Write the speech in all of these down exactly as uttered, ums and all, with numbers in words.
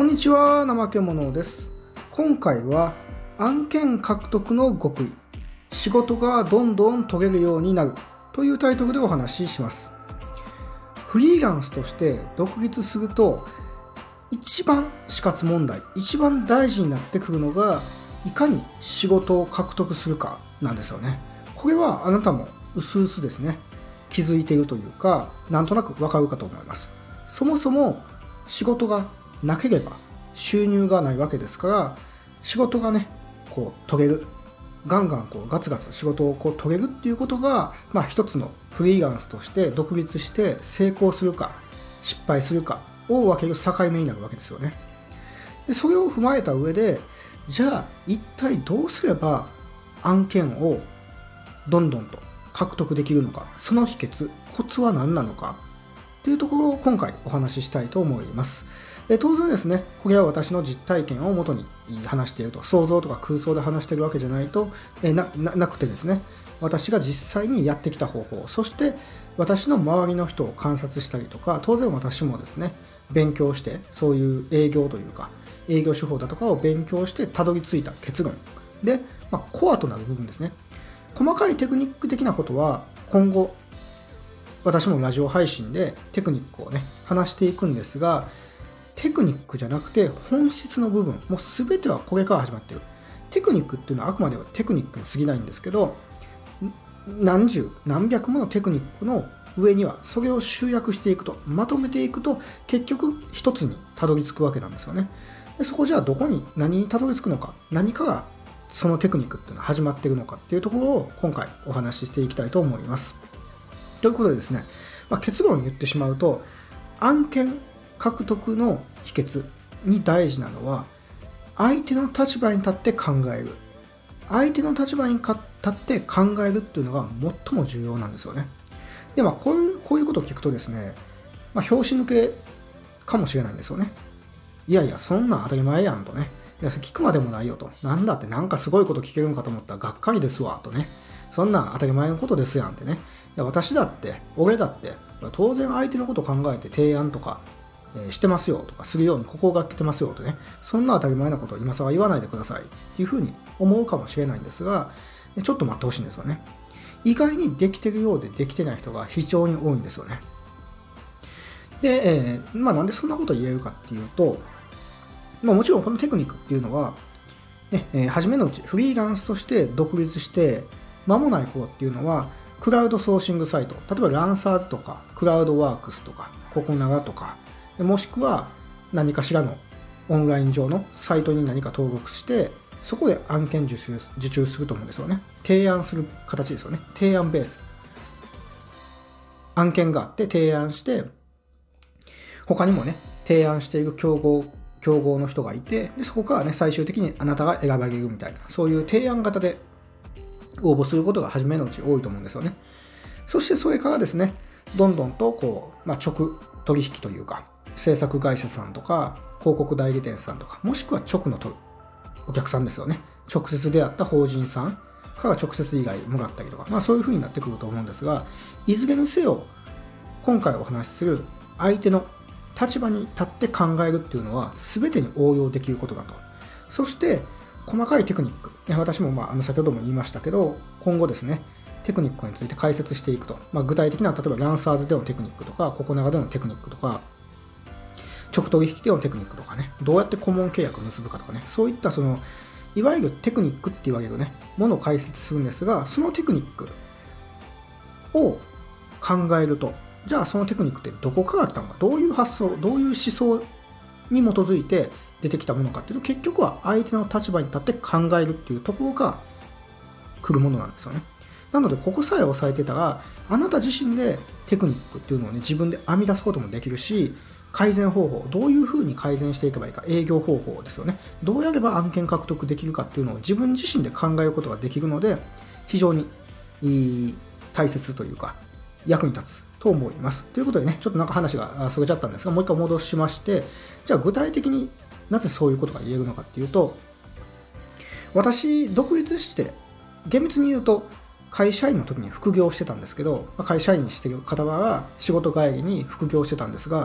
こんにちは、怠け者です。今回は案件獲得の極意、仕事がどんどん取れるようになるというタイトルでお話しします。フリーランスとして独立すると一番死活問題、一番大事になってくるのがいかに仕事を獲得するかなんですよね。これはあなたもうすうすですね、気づいているというか、なんとなくわかるかと思います。そもそも仕事がなければ収入がないわけですから、仕事がね、こう取れる、ガンガンこうガツガツ仕事をこう取れるっていうことが、まあ一つのフリーランスとして独立して成功するか失敗するかを分ける境目になるわけですよね。で、それを踏まえた上で、じゃあ一体どうすれば案件をどんどんと獲得できるのか、その秘訣、コツは何なのかというところを今回お話ししたいと思います。え当然ですね、これは私の実体験をもとに話していると、想像とか空想で話しているわけじゃないとえ な, な, なくてですね、私が実際にやってきた方法、そして私の周りの人を観察したりとか、当然私もですね、勉強して、そういう営業というか、営業手法だとかを勉強してたどり着いた結論で、まあ、コアとなる部分ですね。細かいテクニック的なことは今後、私もラジオ配信でテクニックをね、話していくんですが、テクニックじゃなくて本質の部分、もう全てはこれから始まっている。テクニックっていうのはあくまでテクニックに過ぎないんですけど、何十何百ものテクニックの上にはそれを集約していくと、まとめていくと結局一つにたどり着くわけなんですよね。でそこじゃあどこに何にたどり着くのか、何かがそのテクニックっていうのは始まっているのかっていうところを今回お話ししていきたいと思います。ということでですね、まあ、結論を言ってしまうと、案件獲得の秘訣に大事なのは、相手の立場に立って考える。相手の立場に立って考えるっていうのが最も重要なんですよね。で、まあ、こういう、こういうことを聞くとですね、まあ、拍子抜けかもしれないんですよね。いやいや、そんなん当たり前やんとね。いや、聞くまでもないよと。なんだって、なんかすごいこと聞けるのかと思ったらがっかりですわとね。そんなん当たり前のことですやんってね。いや、私だって、俺だって、当然相手のことを考えて提案とか、えー、してますよとか、するように心がけてますよとね。そんな当たり前なことを今更言わないでくださいっていうふうに思うかもしれないんですが、ちょっと待ってほしいんですよね。意外にできてるようでできてない人が非常に多いんですよね。で、えー、まあなんでそんなこと言えるかっていうと、まあもちろんこのテクニックっていうのは、ね、えー、初めのうちフリーランスとして独立して間もない頃っていうのは、クラウドソーシングサイト、例えばランサーズとか、クラウドワークスとか、ココナラとか、もしくは何かしらのオンライン上のサイトに何か登録して、そこで案件受注、受注すると思うんですよね。提案する形ですよね。提案ベース。案件があって提案して、他にもね、提案している競合、競合の人がいて、でそこからね、最終的にあなたが選ばれるみたいな、そういう提案型で応募することが初めのうち多いと思うんですよね。そしてそれからですね、どんどんとこう、まあ、直取引というか、制作会社さんとか、広告代理店さんとか、もしくは直のお客さんですよね。直接出会った法人さんから直接以外もらったりとか、まあそういう風になってくると思うんですが、いずれにせよ、今回お話しする相手の立場に立って考えるっていうのは全てに応用できることだと。そして、細かいテクニック。私もまあ、あの先ほども言いましたけど、今後ですね、テクニックについて解説していくと。まあ、具体的な、例えばランサーズでのテクニックとか、ココナラでのテクニックとか、直取引でのテクニックとかね、どうやって顧問契約を結ぶかとかね、そういったその、いわゆるテクニックって言われるね、ものを解説するんですが、そのテクニックを考えると、じゃあそのテクニックってどこからあったのか、どういう発想、どういう思想に基づいて出てきたものかっていうと、結局は相手の立場に立って考えるっていうところから来るものなんですよね。なので、ここさえ押さえてたら、あなた自身でテクニックっていうのをね、自分で編み出すこともできるし、改善方法、どういうふうに改善していけばいいか、営業方法ですよね。どうやれば案件獲得できるかっていうのを自分自身で考えることができるので、非常に大切というか、役に立つと思います。ということでね、ちょっとなんか話がそれちゃったんですが、もう一回戻しまして、じゃあ具体的になぜそういうことが言えるのかっていうと、私、独立して、厳密に言うと、会社員の時に副業してたんですけど、会社員してる傍ら仕事帰りに副業してたんですが、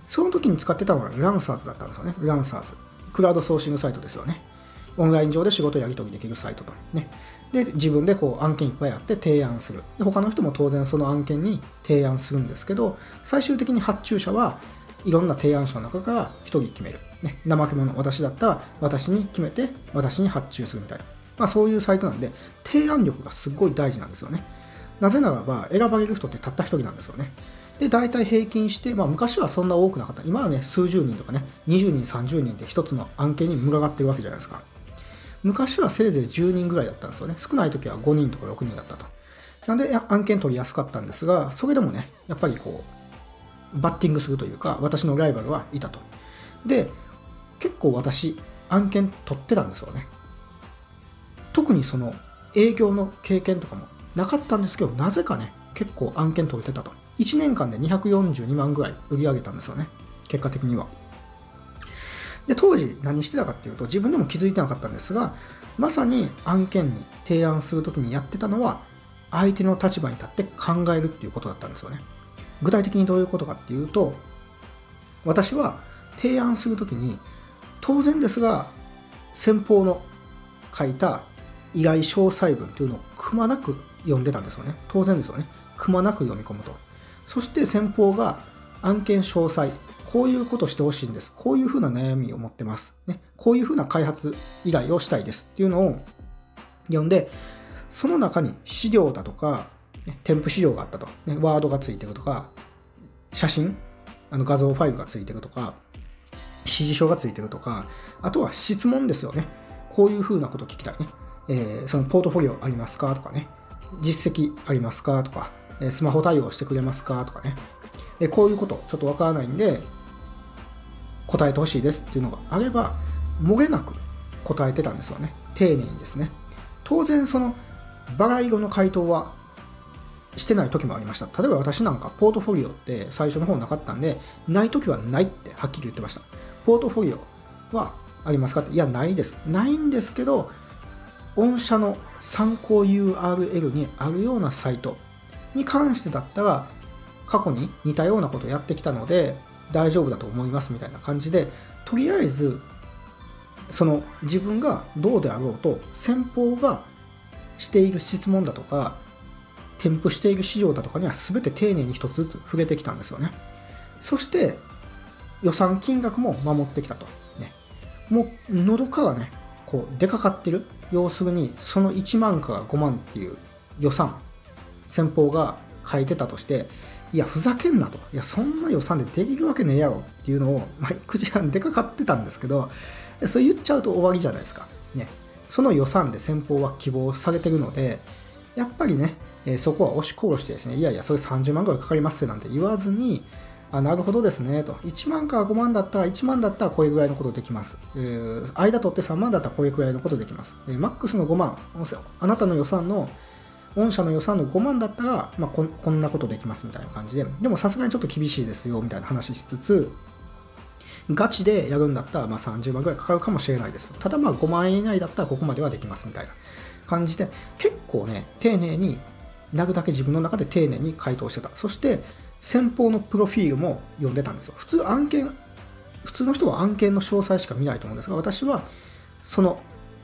その時に使ってたのがランサーズだったんですよね。ランサーズ。クラウドソーシングサイトですよね。オンライン上で仕事やり取りできるサイトと。ね。で、自分でこう案件いっぱいあって提案する。で、他の人も当然その案件に提案するんですけど、最終的に発注者はいろんな提案者の中からひとり決める。ね。怠け者、私だったら私に決めて私に発注するみたいな。まあそういうサイトなんで、提案力がすごい大事なんですよね。なぜならば選ばれる人ってたったひとりなんですよね。で、大体平均して、まあ昔はそんな多くなかった。今はね、数十人とかね、にじゅうにん、さんじゅうにんで一つの案件に群がってるわけじゃないですか。昔はせいぜいじゅうにんぐらいだったんですよね。少ない時はごにんとかろくにんだったと。なんで案件取りやすかったんですが、それでもね、やっぱりこう、バッティングするというか、私のライバルはいたと。で、結構私、案件取ってたんですよね。特にその営業の経験とかもなかったんですけど、なぜかね、結構案件取れてたと。いちねんかんでにひゃくよんじゅうにまんぐらい売り上げたんですよね。結果的には。で、当時何してたかっていうと、自分でも気づいてなかったんですが、まさに案件に提案するときにやってたのは、相手の立場に立って考えるっていうことだったんですよね。具体的にどういうことかっていうと、私は提案するときに、当然ですが、先方の書いた依頼詳細文というのをくまなく読んでたんですよね。当然ですよね。くまなく読み込むと。そして先方が案件詳細、こういうことしてほしいんです。こういうふうな悩みを持ってます。ね、こういうふうな開発依頼をしたいですっていうのを読んで、その中に資料だとか、ね、添付資料があったと。ね、ワードがついてるとか、写真、あの画像ファイルがついてるとか、指示書がついてるとか、あとは質問ですよね。こういうふうなこと聞きたいね。えー、そのポートフォリオありますかとかね。実績ありますかとか。スマホ対応してくれますかとかね。えこういうことちょっとわからないんで答えてほしいですっていうのがあれば、漏れなく答えてたんですよね。丁寧にですね。当然そのバラ色の回答はしてない時もありました。例えば私なんかポートフォリオって最初の方なかったんで、ない時はないってはっきり言ってました。ポートフォリオはありますかって、いやないです。ないんですけど、御社の参考 ユーアールエル にあるようなサイトに関してだったら過去に似たようなことをやってきたので大丈夫だと思いますみたいな感じで、とりあえずその自分がどうであろうと先方がしている質問だとか添付している資料だとかには全て丁寧に一つずつ触れてきたんですよね。そして予算金額も守ってきたと、ね、もう喉からねこう出かかってる、要するにそのいちまんからごまんっていう予算先方が書いてたとして、いやふざけんなと、いやそんな予算でできるわけねえやろっていうのを、まあ、くじはん出かかってたんですけど、そう言っちゃうと終わりじゃないですか、ね、その予算で先方は希望されてるので、やっぱりね、えー、そこは押し殺してですね、いやいやそれさんじゅうまんぐらいかかりますよなんて言わずに、あ、なるほどですねと、いちまんからごまんだったらいちまんだったらこれぐらいのことできます、えー、間取ってさんまんだったらこれぐらいのことできます、えー、マックスのごまん、あなたの予算の御社の予算のごまんだったら、まあ、こ, こんなことできますみたいな感じで、でもさすがにちょっと厳しいですよみたいな話しつつ、ガチでやるんだったらまあさんじゅうまんぐらいかかるかもしれないです。ただまあごまんえん以内だったらここまではできますみたいな感じで、結構ね、丁寧になるだけ自分の中で丁寧に回答してた。そして先方のプロフィールも読んでたんですよ。普通案件、普通の人は案件の詳細しか見ないと思うんですが、私はその、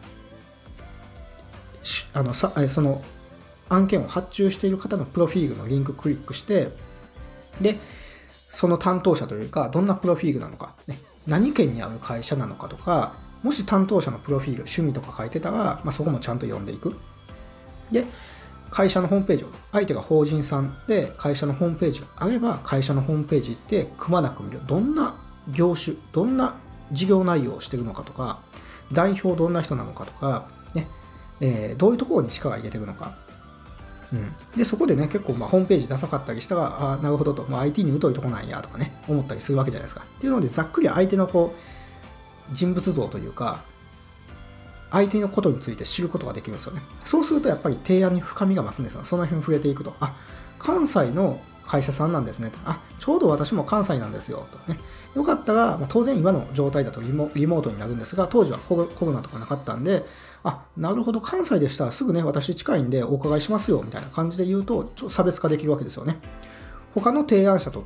あのさ、その案件を発注している方のプロフィールのリンククリックして、で、その担当者というか、どんなプロフィールなのか、ね、何県にある会社なのかとか、もし担当者のプロフィール、趣味とか書いてたら、まあ、そこもちゃんと読んでいく。で、会社のホームページを、相手が法人さんで会社のホームページがあれば、会社のホームページ行ってくまなく見る。どんな業種、どんな事業内容をしているのかとか、代表どんな人なのかとか、ねえー、どういうところに力を入れているのか。うん、でそこでね、結構まあホームページダサかったりしたら、あなるほどと、まあ、アイティー に疎いとこなんやとかね、思ったりするわけじゃないですか。っていうので、ざっくり相手のこう人物像というか、相手のことについて知ることができるんですよね。そうするとやっぱり提案に深みが増すんですよ。その辺触れていくと、あ、関西の会社さんなんですねと、あ、ちょうど私も関西なんですよとね。よかったら、まあ、当然今の状態だとリ モ, リモートになるんですが、当時はコロ、コロナとかなかったんで、あ、なるほど、関西でしたらすぐね、私近いんでお伺いしますよみたいな感じで言うと、ちょっと差別化できるわけですよね。他の提案者と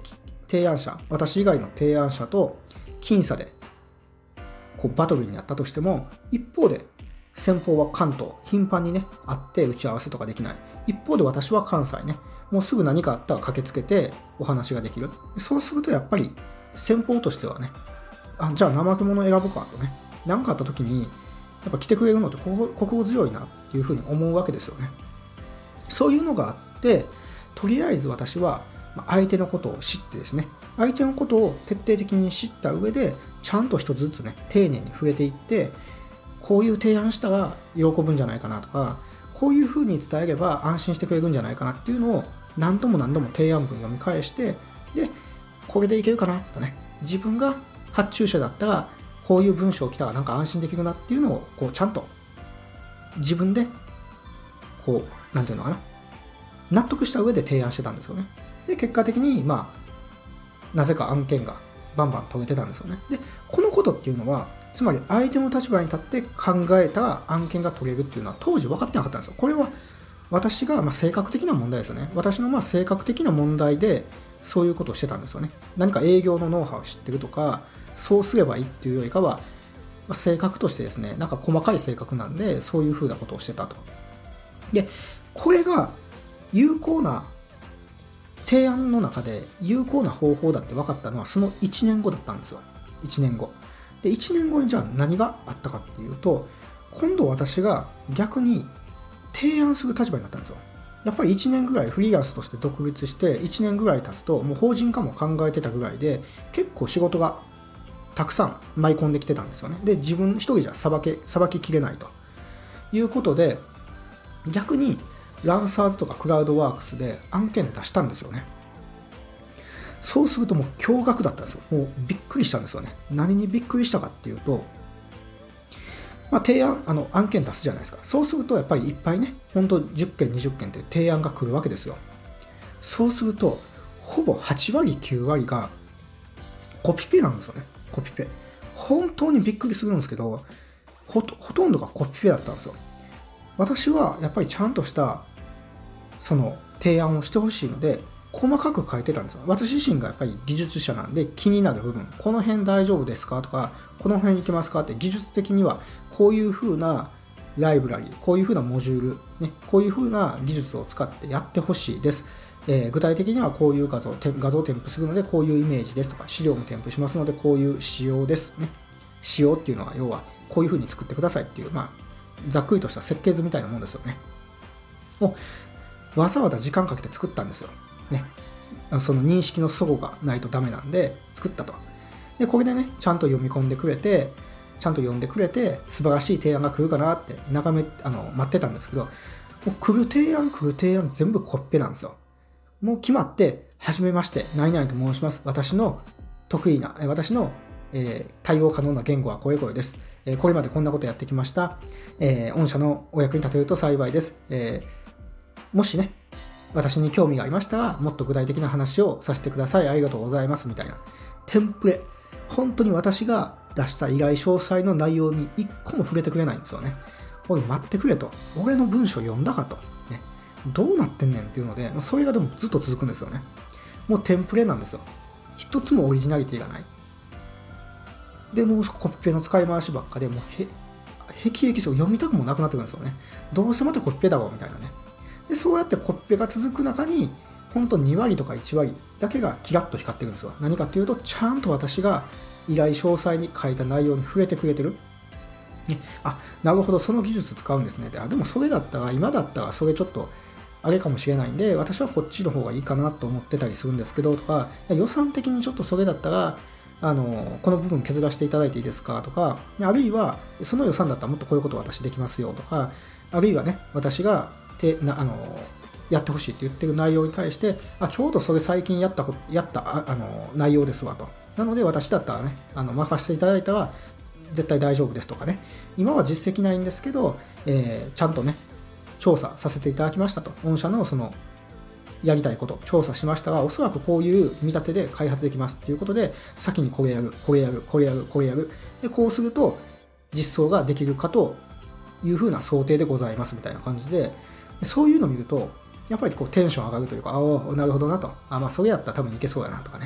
提案者、私以外の提案者と僅差でこうバトルになったとしても、一方で先方は関東、頻繁にね、会って打ち合わせとかできない。一方で私は関西ね、もうすぐ何かあったら駆けつけてお話ができる。そうするとやっぱり先方としてはね、あ、じゃあ怠け者選ぶかとね、何かあった時にやっぱ来てくれるのって心心強いなっていうふうに思うわけですよね。そういうのがあって、とりあえず私は相手のことを知ってですね、相手のことを徹底的に知った上で、ちゃんと一つずつね、丁寧に触れていって、こういう提案したら喜ぶんじゃないかなとか、こういうふうに伝えれば安心してくれるんじゃないかなっていうのを何度も何度も提案文読み返して、で、これでいけるかなとね、自分が発注者だったら、こういう文章を来たらなんか安心できるなっていうのを、こうちゃんと自分で、こう、なんていうのかな、納得した上で提案してたんですよね。で、結果的に、まあ、なぜか案件がバンバン取れてたんですよね。で、このことっていうのは、つまり相手の立場に立って考えた案件が取れるっていうのは当時分かってなかったんですよ。これは私がまあ性格的な問題ですよね。私のまあ性格的な問題でそういうことをしてたんですよね。何か営業のノウハウを知ってるとか、そうすればいいっていうよりかは、まあ、性格としてですね、なんか細かい性格なんで、そういうふうなことをしてたと。で、これが有効な提案の中で有効な方法だって分かったのはそのいちねんごだったんですよ。いちねんご。で、いちねんごにじゃあ何があったかっていうと、今度私が逆に提案する立場になったんですよ。やっぱりいちねんぐらいフリーランスとして独立していちねんぐらい経つともう法人化も考えてたぐらいで結構仕事がたくさん舞い込んできてたんですよね。で、自分一人じゃさばけ、さばききれないということで、逆にランサーズとかクラウドワークスで案件出したんですよね。そうするともう驚愕だったんですよ。もうびっくりしたんですよね。何にびっくりしたかっていうと、まあ、提案、あの案件出すじゃないですか。そうするとやっぱりいっぱいね、ほんとじゅっけん、にじゅっけんって提案が来るわけですよ。そうすると、ほぼはちわり、きゅうわりがコピペなんですよね。コピペ。本当にびっくりするんですけど、ほと、ほとんどがコピペだったんですよ。私はやっぱりちゃんとしたその提案をしてほしいので、細かく書いてたんですよ。私自身がやっぱり技術者なんで気になる部分、この辺大丈夫ですかとか、この辺いけますかって技術的にはこういう風なライブラリ、こういう風なモジュール、ね、こういう風な技術を使ってやってほしいです。えー、具体的にはこういう画像、画像添付するのでこういうイメージですとか、資料も添付しますのでこういう仕様ですね。仕様っていうのは要はこういう風に作ってくださいっていう、まあ、ざっくりとした設計図みたいなもんですよね。をわざわざ時間かけて作ったんですよ。ね、その認識の齟齬がないとダメなんで作ったと。で、これでね、ちゃんと読み込んでくれて、ちゃんと読んでくれて、素晴らしい提案が来るかなって眺め、あの、待ってたんですけど、もう来る提案来る提案全部コッペなんですよ。もう決まって、はじめまして、何々と申します。私の得意な、私の、えー、対応可能な言語はこれこれです。えー、これまでこんなことやってきました。えー、御社のお役に立てると幸いです。えー、もしね、私に興味がありましたら、もっと具体的な話をさせてください。ありがとうございます。みたいな。テンプレ。本当に私が出した依頼詳細の内容に一個も触れてくれないんですよね。おい、待ってくれと。俺の文章読んだかと。ね。どうなってんねんっていうので、それがでもずっと続くんですよね。もうテンプレなんですよ。一つもオリジナリティがない。で、もうコピペの使い回しばっかで、もうへ、へきへき読みたくもなくなってくるんですよね。どうせまたコピペだろうみたいなね。で、そうやってコピペが続く中に、本当にわりとかいちわりだけがキラッと光ってるんですよ。何かっていうと、ちゃんと私が依頼詳細に書いた内容に触れてくれてる。ね、あ、なるほど、その技術使うんですね。で、あ、でもそれだったら、今だったらそれちょっとあれかもしれないんで、私はこっちの方がいいかなと思ってたりするんですけど、とか、予算的にちょっとそれだったら、あの、この部分削らせていただいていいですかとか、あるいは、その予算だったらもっとこういうこと私できますよとか、あるいはね、私がてなあのやってほしいって言ってる内容に対して、あ、ちょうどそれ最近やったやったああの内容ですわと。なので私だったらね、あの任せていただいたら絶対大丈夫ですとかね。今は実績ないんですけど、えー、ちゃんとね、調査させていただきましたと。御社のそのやりたいこと、調査しましたが、おそらくこういう見立てで開発できますっていうことで、先にこれやる、これやる、これやる、これやる。で、こうすると実装ができるかというふうな想定でございますみたいな感じで、そういうのを見ると、やっぱりこうテンション上がるというか、ああ、なるほどなと。あ、まあ、それやったら多分いけそうやなとかね。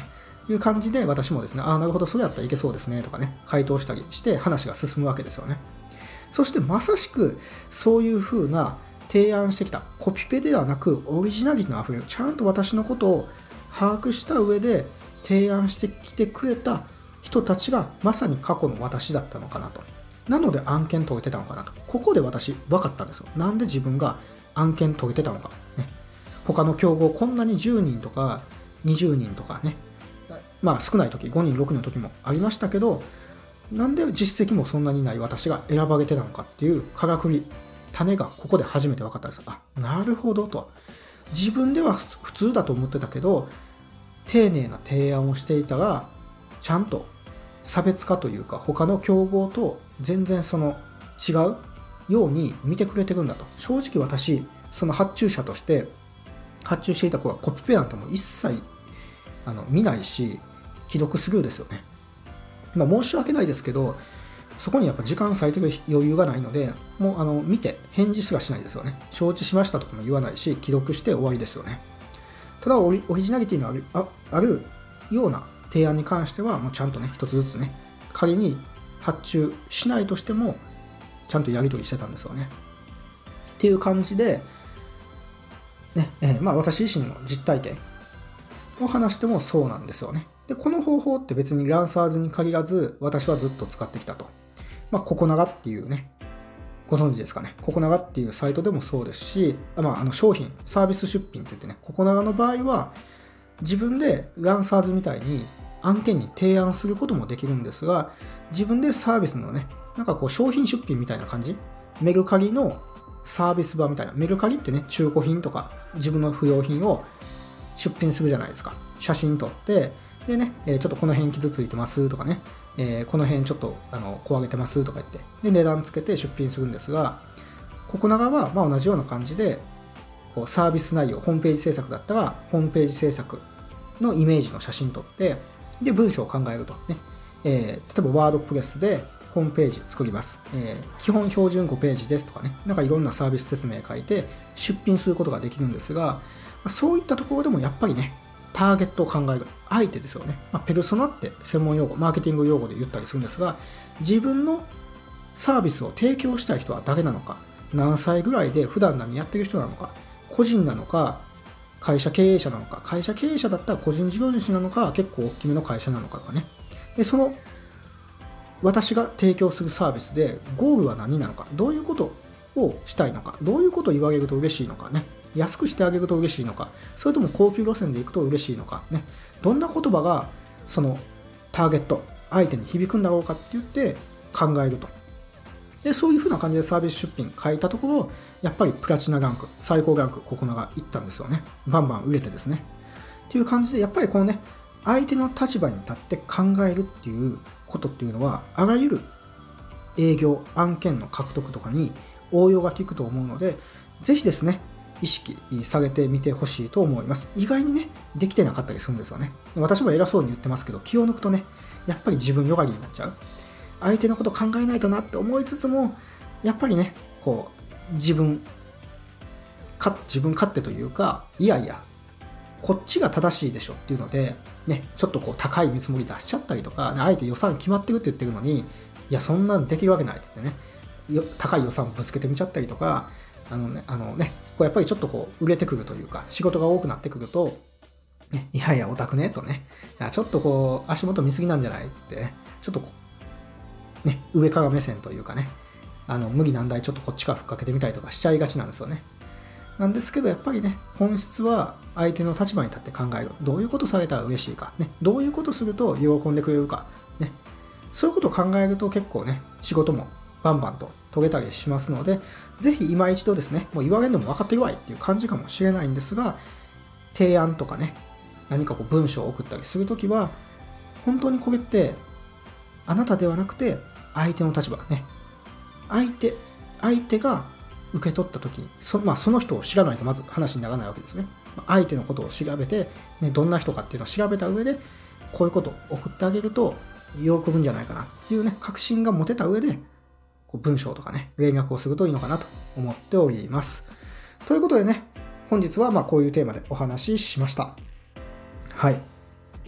いう感じで私もですね、ああ、なるほど、それやったらいけそうですねとかね、回答したりして話が進むわけですよね。そしてまさしくそういう風な提案してきた、コピペではなくオリジナリティのあふれる、ちゃんと私のことを把握した上で提案してきてくれた人たちがまさに過去の私だったのかなと。なので案件取れてたのかなと。ここで私分かったんですよ。なんで自分が案件取れてたのか。ね、他の競合こんなにじゅうにんとかにじゅうにんとかね、まあ少ない時ごにんろくにんの時もありましたけど、なんで実績もそんなにない私が選ばれてたのかっていうからくり、種がここで初めて分かったんです。あ、なるほどと。自分では普通だと思ってたけど、丁寧な提案をしていたら、ちゃんと差別化というか、他の競合と全然その違うように見てくれてるんだと。正直私、その発注者として発注していた子はコピペなんてもう一切あの見ないし、既読スルーですよね。まあ申し訳ないですけど、そこにやっぱ時間割いてる余裕がないので、もうあの見て返事すらしないですよね。承知しましたとかも言わないし、既読して終わりですよね。ただオリ、オリジナリティのある、あ、あるような提案に関しては、もうちゃんとね、一つずつね、仮に発注しないとしても、ちゃんとやり取りしてたんですよね。っていう感じで、ね、えー、まあ私自身の実体験を話してもそうなんですよね。で、この方法って別にランサーズに限らず、私はずっと使ってきたと。まあ、ココナガっていうね、ご存知ですかね。ココナガっていうサイトでもそうですし、まあ、あの商品、サービス出品って言ってね、ココナガの場合は、自分でランサーズみたいに案件に提案することもできるんですが、自分でサービスのね、なんかこう商品出品みたいな感じ、メルカリのサービス版みたいな、メルカリってね、中古品とか自分の不要品を出品するじゃないですか。写真撮って、でね、ちょっとこの辺傷ついてますとかね、えー、この辺ちょっとあの壊れてますとか言って、で値段つけて出品するんですが、ココナガはまあ同じような感じで、こうサービス内容、ホームページ制作だったら、ホームページ制作のイメージの写真撮って、で文章を考えるとね、えー、例えばワードプレスでホームページ作ります、えー、基本標準ごページですとかね、なんかいろんなサービス説明書いて出品することができるんですが、そういったところでもやっぱりね、ターゲットを考える。相手ですよね。まあ、ペルソナって専門用語、マーケティング用語で言ったりするんですが、自分のサービスを提供したい人は誰なのか、何歳ぐらいで普段何やってる人なのか、個人なのか、会社経営者なのか、会社経営者だったら個人事業主なのか、結構大きめの会社なのかとかね。で、その、私が提供するサービスで、ゴールは何なのか、どういうことをしたいのか、どういうことを言われると嬉しいのかね。安くしてあげると嬉しいのか、それとも高級路線で行くと嬉しいのか、ね、どんな言葉がそのターゲット、相手に響くんだろうかって言って考えると。で、そういう風な感じでサービス出品書いたところ、やっぱりプラチナランク、最高ランク、ココナがいったんですよね。バンバン売れてですね。っていう感じで、やっぱりこのね、相手の立場に立って考えるっていうことっていうのは、あらゆる営業、案件の獲得とかに応用が効くと思うので、ぜひですね、意識下げてみてほしいと思います。意外にね、できてなかったりするんですよね。私も偉そうに言ってますけど、気を抜くとね、やっぱり自分よがりになっちゃう。相手のこと考えないとなって思いつつも、やっぱりね、こう、自分、か、自分勝手というか、いやいや、こっちが正しいでしょっていうので、ね、ちょっとこう高い見積もり出しちゃったりとか、あえて予算決まってるって言ってるのに、いや、そんなんできるわけないっつってね、高い予算をぶつけてみちゃったりとか、あのね、あのね、こうやっぱりちょっとこう売れてくるというか、仕事が多くなってくると、ね、いやいや、オタクね、とね、いやちょっとこう、足元見すぎなんじゃないっつって、ね、ちょっとこう、ね、上から目線というかね、あの、無理難題ちょっとこっちからふっかけてみたりとかしちゃいがちなんですよね。なんですけど、やっぱりね、本質は相手の立場に立って考える。どういうことされたら嬉しいか、ね、どういうことすると喜んでくれるか、ね、そういうことを考えると結構ね、仕事もバンバンと遂げたりしますので、ぜひ今一度ですね、もう言われるのも分かってるわいっていう感じかもしれないんですが、提案とかね、何かこう文章を送ったりするときは、本当にこれって、あなたではなくて、相手の立場ね、相手、相手が受け取ったときに、そ、まあ、その人を知らないとまず話にならないわけですね。相手のことを調べて、ね、どんな人かっていうのを調べた上で、こういうことを送ってあげると、喜ぶんじゃないかなっていうね、確信が持てた上で、こう文章とかね、連絡をするといいのかなと思っております。ということでね、本日はまあこういうテーマでお話ししました。はい。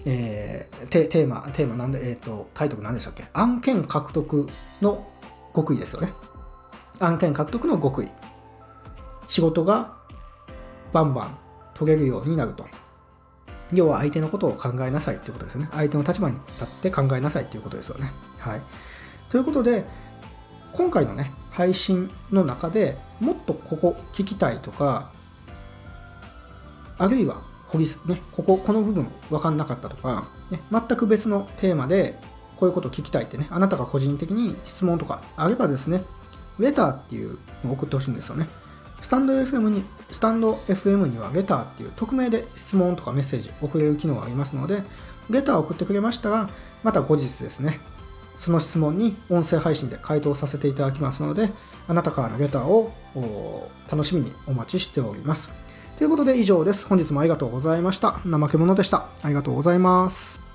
えー、テ, テーマ、テーマなんで、えっと、タイトル何でしたっけ？案件獲得の極意ですよね。案件獲得の極意。仕事がバンバン取れるようになると。要は相手のことを考えなさいということですよね。相手の立場に立って考えなさいということですよね。はい。ということで、今回のね、配信の中でもっとここ聞きたいとか、あるいは掘りね、ここ、この部分分かんなかったとか、ね、全く別のテーマでこういうことを聞きたいってね、あなたが個人的に質問とかあればですね、レターっていうのを送ってほしいんですよね。スタンド エフエム に、スタンド エフエム にはレターっていう匿名で質問とかメッセージ送れる機能がありますので、レターを送ってくれましたら、また後日ですね、その質問に音声配信で回答させていただきますので、あなたからのレターを楽しみにお待ちしております。ということで以上です。本日もありがとうございました。怠け者でした。ありがとうございます。